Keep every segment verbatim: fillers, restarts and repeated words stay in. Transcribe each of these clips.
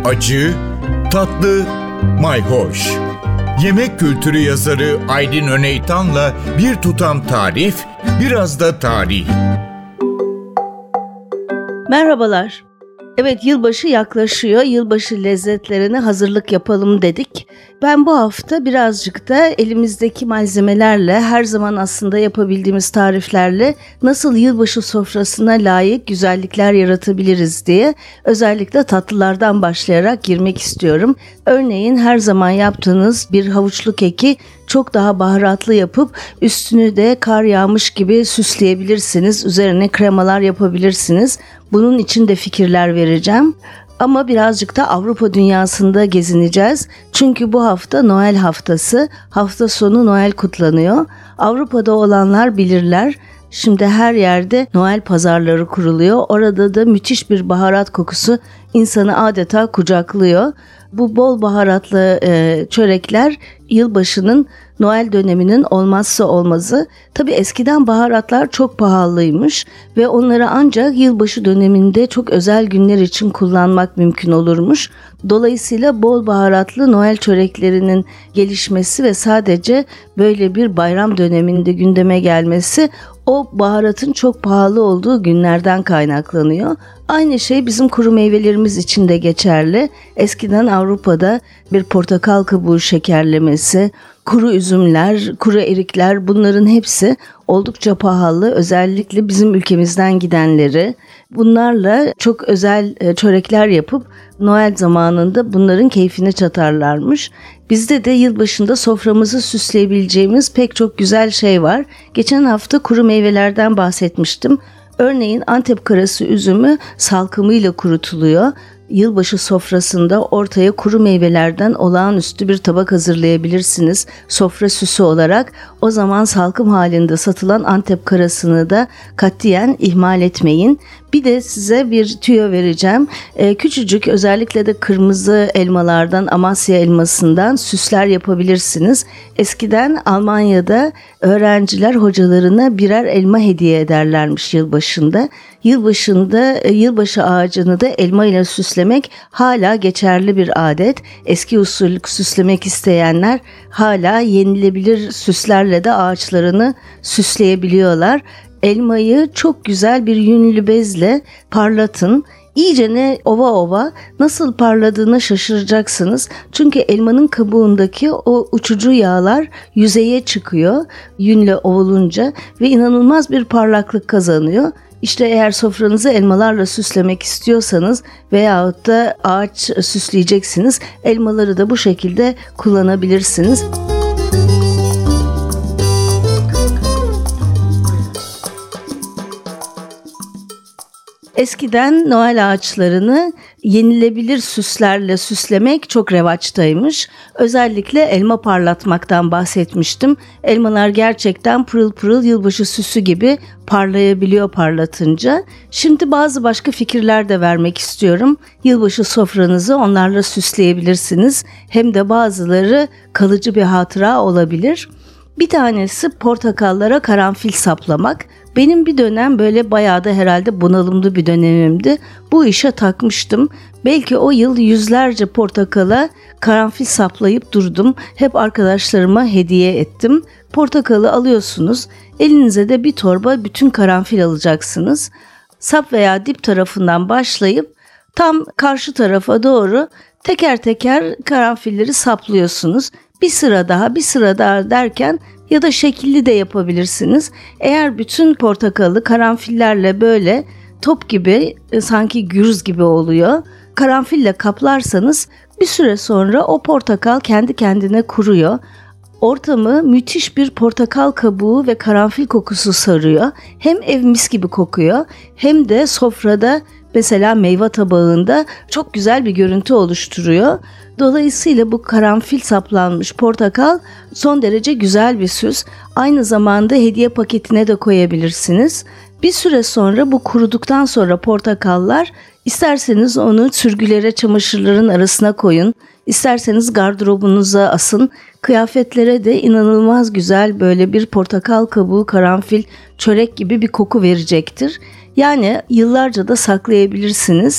acı, tatlı, mayhoş. Yemek kültürü yazarı Aydin Öneytan'la bir tutam tarif, biraz da tarih. Merhabalar. Evet, yılbaşı yaklaşıyor. Yılbaşı lezzetlerine hazırlık yapalım dedik. Ben bu hafta birazcık da elimizdeki malzemelerle, her zaman aslında yapabildiğimiz tariflerle nasıl yılbaşı sofrasına layık güzellikler yaratabiliriz diye özellikle tatlılardan başlayarak girmek istiyorum. Örneğin her zaman yaptığınız bir havuçlu keki çok daha baharatlı yapıp üstünü de kar yağmış gibi süsleyebilirsiniz. Üzerine kremalar yapabilirsiniz. Bunun için de fikirler vereceğim. Ama birazcık da Avrupa dünyasında gezineceğiz. Çünkü bu hafta Noel haftası. Hafta sonu Noel kutlanıyor. Avrupa'da olanlar bilirler. Şimdi her yerde Noel pazarları kuruluyor. Orada da müthiş bir baharat kokusu insanı adeta kucaklıyor. Bu bol baharatlı e, çörekler yılbaşının, Noel döneminin olmazsa olmazı. Tabii eskiden baharatlar çok pahalıymış ve onları ancak yılbaşı döneminde çok özel günler için kullanmak mümkün olurmuş. Dolayısıyla bol baharatlı Noel çöreklerinin gelişmesi ve sadece böyle bir bayram döneminde gündeme gelmesi o baharatın çok pahalı olduğu günlerden kaynaklanıyor. Aynı şey bizim kuru meyvelerimiz için de geçerli. Eskiden Avrupa'da bir portakal kabuğu şekerlemesi, kuru üzümler, kuru erikler, bunların hepsi oldukça pahalı. Özellikle bizim ülkemizden gidenleri bunlarla çok özel çörekler yapıp Noel zamanında bunların keyfini çatarlarmış. Bizde de yılbaşında soframızı süsleyebileceğimiz pek çok güzel şey var. Geçen hafta kuru meyvelerden bahsetmiştim. Örneğin Antep karası üzümü salkımıyla kurutuluyor. Yılbaşı sofrasında ortaya kuru meyvelerden olağanüstü bir tabak hazırlayabilirsiniz sofra süsü olarak. O zaman salkım halinde satılan Antep karasını da katiyen ihmal etmeyin. Bir de size bir tüyo vereceğim. Ee, küçücük, özellikle de kırmızı elmalardan, Amasya elmasından süsler yapabilirsiniz. Eskiden Almanya'da öğrenciler hocalarına birer elma hediye ederlermiş yılbaşında. Yılbaşında yılbaşı ağacını da elma ile süslemek hala geçerli bir adet. Eski usul süslemek isteyenler hala yenilebilir süslerle de ağaçlarını süsleyebiliyorlar. Elmayı çok güzel bir yünlü bezle parlatın. İyicene ova ova, nasıl parladığına şaşıracaksınız. Çünkü elmanın kabuğundaki o uçucu yağlar yüzeye çıkıyor yünle ovulunca ve inanılmaz bir parlaklık kazanıyor. İşte eğer sofranızı elmalarla süslemek istiyorsanız veyahut da ağaç süsleyeceksiniz, elmaları da bu şekilde kullanabilirsiniz. Eskiden Noel ağaçlarını yenilebilir süslerle süslemek çok revaçtaymış. Özellikle elma parlatmaktan bahsetmiştim. Elmalar gerçekten pırıl pırıl yılbaşı süsü gibi parlayabiliyor parlatınca. Şimdi bazı başka fikirler de vermek istiyorum. Yılbaşı sofranızı onlarla süsleyebilirsiniz. Hem de bazıları kalıcı bir hatıra olabilir. Bir tanesi portakallara karanfil saplamak. Benim bir dönem böyle bayağı da herhalde bunalımlı bir dönemimdi. Bu işe takmıştım. Belki o yıl yüzlerce portakala karanfil saplayıp durdum. Hep arkadaşlarıma hediye ettim. Portakalı alıyorsunuz. Elinize de bir torba bütün karanfil alacaksınız. Sap veya dip tarafından başlayıp tam karşı tarafa doğru teker teker karanfilleri saplıyorsunuz. Bir sıra daha, bir sıra daha derken ya da şekilli de yapabilirsiniz. Eğer bütün portakalı karanfillerle böyle top gibi, sanki gürz gibi oluyor, karanfille kaplarsanız bir süre sonra o portakal kendi kendine kuruyor. Ortamı müthiş bir portakal kabuğu ve karanfil kokusu sarıyor. Hem ev mis gibi kokuyor, hem de sofrada, mesela meyve tabağında çok güzel bir görüntü oluşturuyor. Dolayısıyla bu karanfil saplanmış portakal son derece güzel bir süs. Aynı zamanda hediye paketine de koyabilirsiniz. Bir süre sonra, bu kuruduktan sonra portakallar, isterseniz onu sürgülere, çamaşırların arasına koyun. İsterseniz gardırobunuza asın. Kıyafetlere de inanılmaz güzel böyle bir portakal kabuğu, karanfil, çörek gibi bir koku verecektir. Yani yıllarca da saklayabilirsiniz.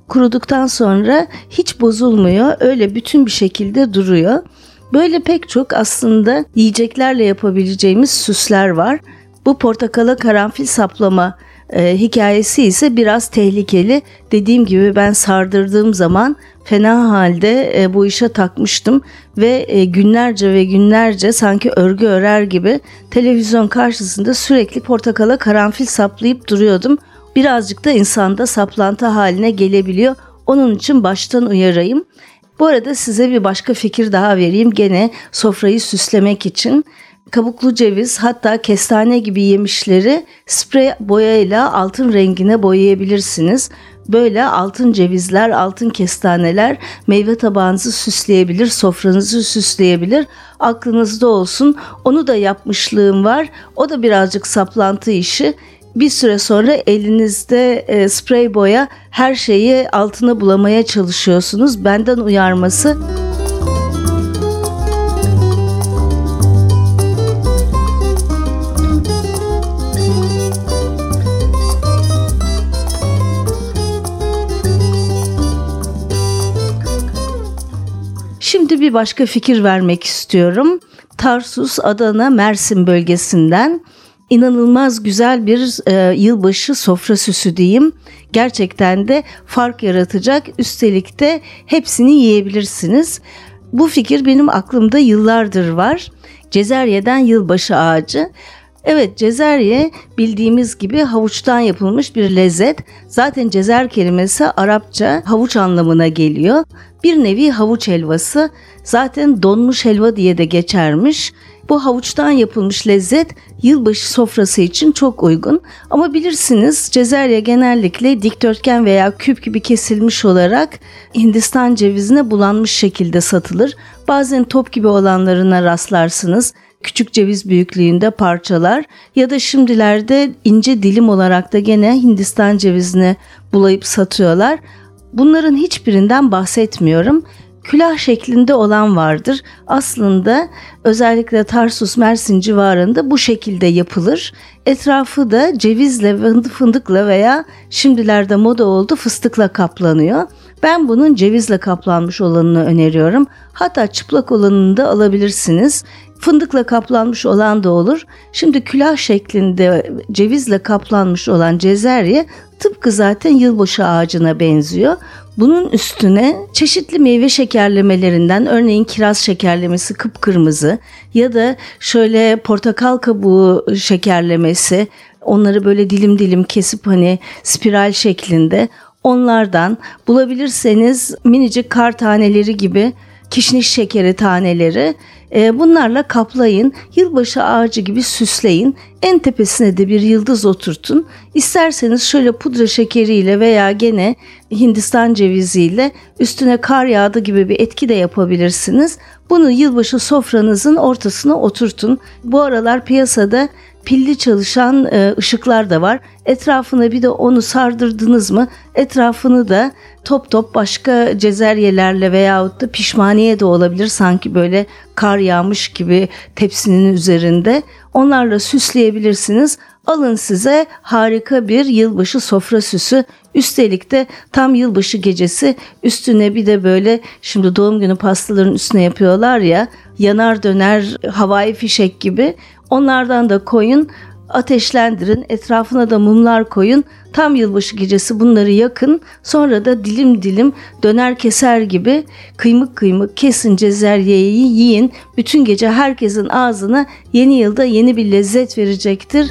kuruduktan sonra hiç bozulmuyor. Öyle bütün bir şekilde duruyor. Böyle pek çok aslında yiyeceklerle yapabileceğimiz süsler var. Bu portakala karanfil saplama e, hikayesi ise biraz tehlikeli. Dediğim gibi ben sardırdığım zaman fena halde e, bu işe takmıştım ve e, günlerce ve günlerce sanki örgü örer gibi televizyon karşısında sürekli portakala karanfil saplayıp duruyordum. Birazcık da insanda saplantı haline gelebiliyor. Onun için baştan uyarayım. Bu arada size bir başka fikir daha vereyim gene sofrayı süslemek için. Kabuklu ceviz, hatta kestane gibi yemişleri sprey boyayla altın rengine boyayabilirsiniz. Böyle altın cevizler, altın kestaneler meyve tabağınızı süsleyebilir, sofranızı süsleyebilir. Aklınızda olsun. Onu da yapmışlığım var. O da birazcık saplantı işi. Bir süre sonra elinizde e, sprey boya, her şeyi altına bulamaya çalışıyorsunuz. Benden uyarması. Şimdi bir başka fikir vermek istiyorum. Tarsus, Adana, Mersin bölgesinden inanılmaz güzel bir e, yılbaşı sofra süsü diyeyim. Gerçekten de fark yaratacak. Üstelik de hepsini yiyebilirsiniz. Bu fikir benim aklımda yıllardır var. Cezerye'den yılbaşı ağacı. Evet, cezerye bildiğimiz gibi havuçtan yapılmış bir lezzet. Zaten cezer kelimesi Arapça havuç anlamına geliyor. Bir nevi havuç helvası. Zaten donmuş helva diye de geçermiş. Bu havuçtan yapılmış lezzet yılbaşı sofrası için çok uygun. Ama bilirsiniz cezerye genellikle dikdörtgen veya küp gibi kesilmiş olarak Hindistan cevizine bulanmış şekilde satılır. Bazen top gibi olanlarına rastlarsınız. Küçük ceviz büyüklüğünde parçalar ya da şimdilerde ince dilim olarak da gene Hindistan cevizine bulayıp satıyorlar. Bunların hiçbirinden bahsetmiyorum. Külah şeklinde olan vardır. Aslında özellikle Tarsus, Mersin civarında bu şekilde yapılır. Etrafı da cevizle, fındıkla veya şimdilerde moda oldu fıstıkla kaplanıyor. Ben bunun cevizle kaplanmış olanını öneriyorum. Hatta çıplak olanını da alabilirsiniz. Fındıkla kaplanmış olan da olur. Şimdi külah şeklinde cevizle kaplanmış olan cezerye tıpkı zaten yılbaşı ağacına benziyor. Bunun üstüne çeşitli meyve şekerlemelerinden, örneğin kiraz şekerlemesi kıpkırmızı ya da şöyle portakal kabuğu şekerlemesi, onları böyle dilim dilim kesip hani spiral şeklinde, onlardan bulabilirseniz minicik kar taneleri gibi kişniş şekeri taneleri, bunlarla kaplayın, yılbaşı ağacı gibi süsleyin, en tepesine de bir yıldız oturtun. İsterseniz şöyle pudra şekeriyle veya gene Hindistan ceviziyle üstüne kar yağdı gibi bir etki de yapabilirsiniz. Bunu yılbaşı sofranızın ortasına oturtun. Bu aralar piyasada pilli çalışan ışıklar da var. Etrafına bir de onu sardırdınız mı, etrafını da top top başka cezeryelerle veyahut da pişmaniye de olabilir, sanki böyle kar yağmış gibi tepsinin üzerinde, onlarla süsleyebilirsiniz. Alın size harika bir yılbaşı sofra süsü. Üstelik de tam yılbaşı gecesi üstüne bir de böyle, şimdi doğum günü pastaların üstüne yapıyorlar ya, yanar döner havai fişek gibi, onlardan da koyun, ateşlendirin, etrafına da mumlar koyun. Tam yılbaşı gecesi bunları yakın, sonra da dilim dilim döner keser gibi kıymık kıymık kesin cezeryeyi yiyin. Bütün gece herkesin ağzına yeni yılda yeni bir lezzet verecektir.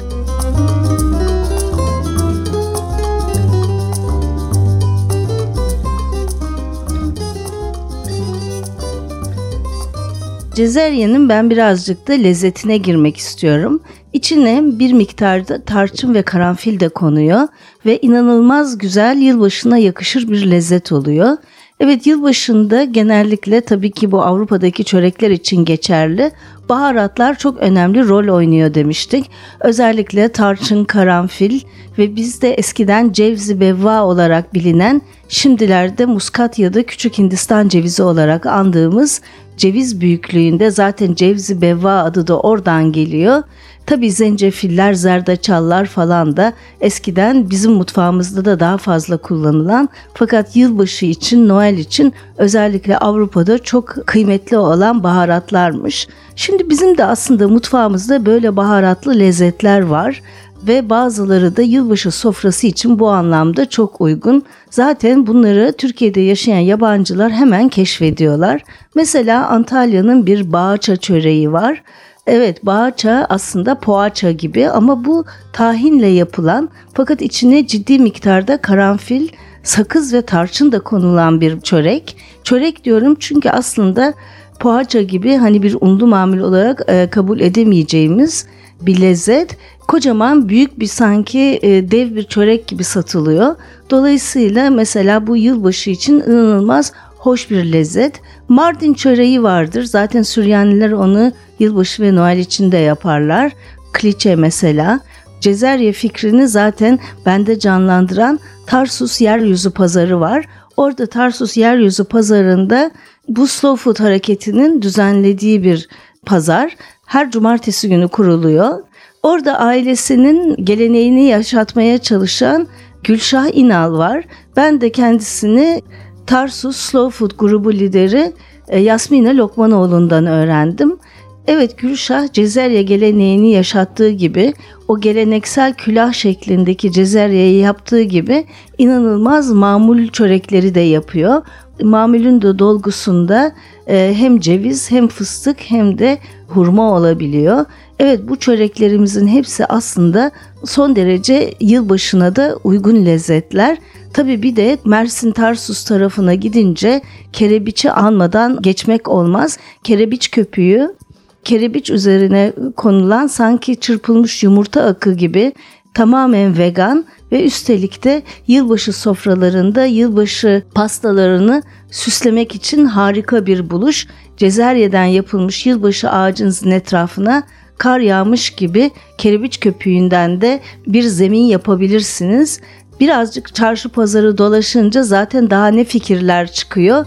Cezeryenin ben birazcık da lezzetine girmek istiyorum. İçine bir miktarda tarçın ve karanfil de konuyor ve inanılmaz güzel, yılbaşına yakışır bir lezzet oluyor. Evet, yılbaşında genellikle, tabii ki bu Avrupa'daki çörekler için geçerli, baharatlar çok önemli rol oynuyor demiştik. Özellikle tarçın, karanfil ve bizde eskiden cevzi bevva olarak bilinen şimdilerde muskat ya da küçük Hindistan cevizi olarak andığımız ceviz büyüklüğünde, zaten Cevzi Bevva adı da oradan geliyor. Tabii zencefiller, zerdeçallar falan da eskiden bizim mutfağımızda da daha fazla kullanılan, fakat yılbaşı için, Noel için özellikle Avrupa'da çok kıymetli olan baharatlarmış. Şimdi bizim de aslında mutfağımızda böyle baharatlı lezzetler var ve bazıları da yılbaşı sofrası için bu anlamda çok uygun. Zaten bunları Türkiye'de yaşayan yabancılar hemen keşfediyorlar. Mesela Antalya'nın bir bağaça çöreği var. Evet, bağaça aslında poğaça gibi ama bu tahinle yapılan, fakat içine ciddi miktarda karanfil, sakız ve tarçın da konulan bir çörek. Çörek diyorum çünkü aslında poğaça gibi hani bir unlu mamul olarak e, kabul edemeyeceğimiz bir lezzet. Kocaman, büyük bir, sanki e, dev bir çörek gibi satılıyor. Dolayısıyla mesela bu yılbaşı için inanılmaz hoş bir lezzet. Mardin çöreği vardır. Zaten Süryaniler onu yılbaşı ve Noel için de yaparlar. Kliçe mesela. Cezerye fikrini zaten bende canlandıran Tarsus Yeryüzü Pazarı var. Orada Tarsus Yeryüzü Pazarı'nda bu Slow Food hareketinin düzenlediği bir pazar. Her cumartesi günü kuruluyor. Orada ailesinin geleneğini yaşatmaya çalışan Gülşah İnal var. Ben de kendisini Tarsus Slow Food grubu lideri Yasmina Lokmanoğlu'ndan öğrendim. Evet, Gülşah Cezerye geleneğini yaşattığı gibi, o geleneksel külah şeklindeki Cezerye'yi yaptığı gibi inanılmaz mamul çörekleri de yapıyor. Mamulün de dolgusunda hem ceviz hem fıstık hem de hurma olabiliyor. Evet, bu çöreklerimizin hepsi aslında son derece yılbaşına da uygun lezzetler. Tabii bir de Mersin Tarsus tarafına gidince kerebiçi almadan geçmek olmaz. Kerebiç köpüğü, kerebiç üzerine konulan sanki çırpılmış yumurta akı gibi, tamamen vegan ve üstelik de yılbaşı sofralarında yılbaşı pastalarını süslemek için harika bir buluş. Cezeryeden yapılmış yılbaşı ağacınızın etrafına kar yağmış gibi kerebiç köpüğünden de bir zemin yapabilirsiniz. Birazcık çarşı pazarı dolaşınca zaten daha ne fikirler çıkıyor.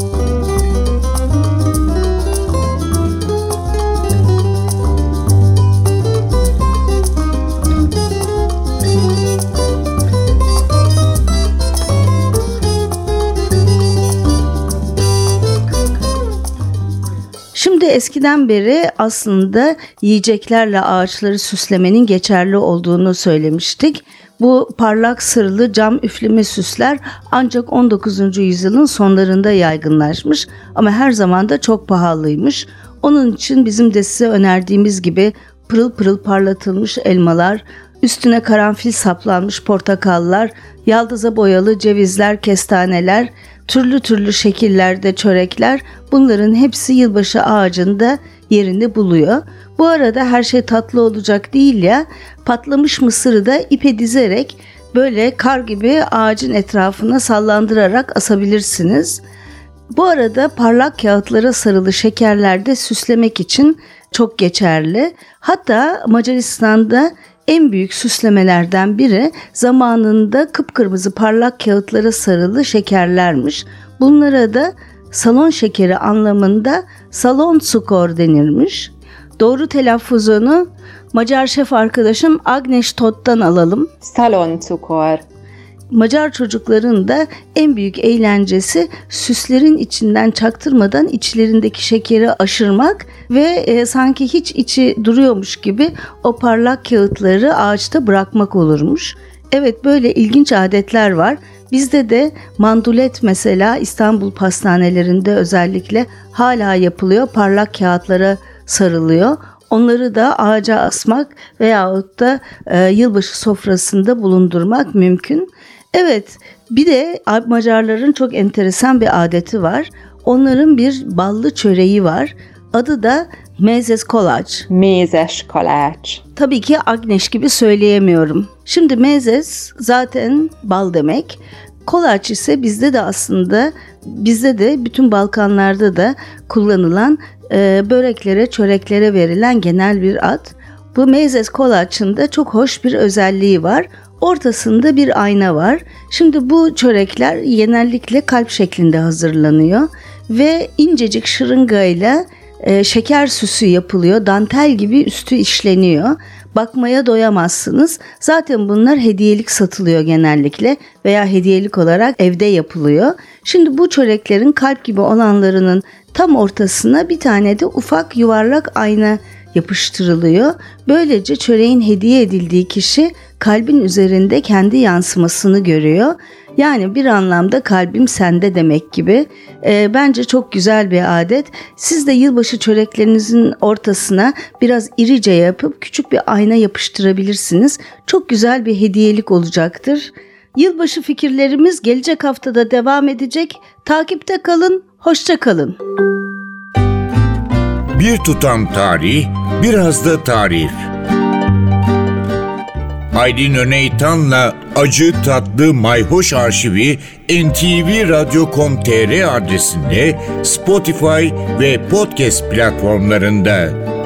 Şimdi eskiden beri aslında yiyeceklerle ağaçları süslemenin geçerli olduğunu söylemiştik. Bu parlak sırlı cam üfleme süsler ancak on dokuzuncu yüzyılın sonlarında yaygınlaşmış ama her zaman da çok pahalıymış. Onun için bizim de size önerdiğimiz gibi pırıl pırıl parlatılmış elmalar, üstüne karanfil saplanmış portakallar, yaldıza boyalı cevizler, kestaneler, türlü türlü şekillerde çörekler, bunların hepsi yılbaşı ağacında yerini buluyor. Bu arada her şey tatlı olacak değil ya, patlamış mısırı da ipe dizerek böyle kar gibi ağacın etrafına sallandırarak asabilirsiniz. Bu arada parlak kağıtlara sarılı şekerler de süslemek için çok geçerli. Hatta Macaristan'da en büyük süslemelerden biri zamanında kıpkırmızı parlak kağıtlara sarılı şekerlermiş. Bunlara da salon şekeri anlamında salon cukor denirmiş. Doğru telaffuzunu Macar şef arkadaşım Agnes Todd'dan alalım. Salon cukor. Macar çocukların da en büyük eğlencesi süslerin içinden çaktırmadan içlerindeki şekeri aşırmak ve e, sanki hiç içi duruyormuş gibi o parlak kağıtları ağaçta bırakmak olurmuş. Evet, böyle ilginç adetler var. Bizde de mandulet mesela İstanbul pastanelerinde özellikle hala yapılıyor. Parlak kağıtlara sarılıyor. Onları da ağaca asmak veyahut da e, yılbaşı sofrasında bulundurmak mümkün. Evet, bir de Macarların çok enteresan bir adeti var. Onların bir ballı çöreği var. Adı da mézes kolács. Mézes kolács. Tabii ki Agnes gibi söyleyemiyorum. Şimdi mézes zaten bal demek. Kolács ise bizde de aslında bizde de bütün Balkanlarda da kullanılan e, böreklere, çöreklere verilen genel bir ad. Bu mézes kolács'ın da çok hoş bir özelliği var. Ortasında bir ayna var. Şimdi bu çörekler genellikle kalp şeklinde hazırlanıyor ve incecik şırıngayla e, şeker süsü yapılıyor. Dantel gibi üstü işleniyor. Bakmaya doyamazsınız. Zaten bunlar hediyelik satılıyor genellikle veya hediyelik olarak evde yapılıyor. Şimdi bu çöreklerin kalp gibi olanlarının tam ortasına bir tane de ufak yuvarlak ayna yapıştırılıyor. Böylece çöreğin hediye edildiği kişi kalbin üzerinde kendi yansımasını görüyor. Yani bir anlamda kalbim sende demek gibi. E, bence çok güzel bir adet. Siz de yılbaşı çöreklerinizin ortasına biraz irice yapıp küçük bir ayna yapıştırabilirsiniz. Çok güzel bir hediyelik olacaktır. Yılbaşı fikirlerimiz gelecek haftada devam edecek. Takipte kalın, hoşça kalın. Bir tutam tarih, biraz da tarif. Aydin Öneytan'la Acı Tatlı Mayhoş arşivi en te ve radyo nokta com nokta te er adresinde, Spotify ve podcast platformlarında.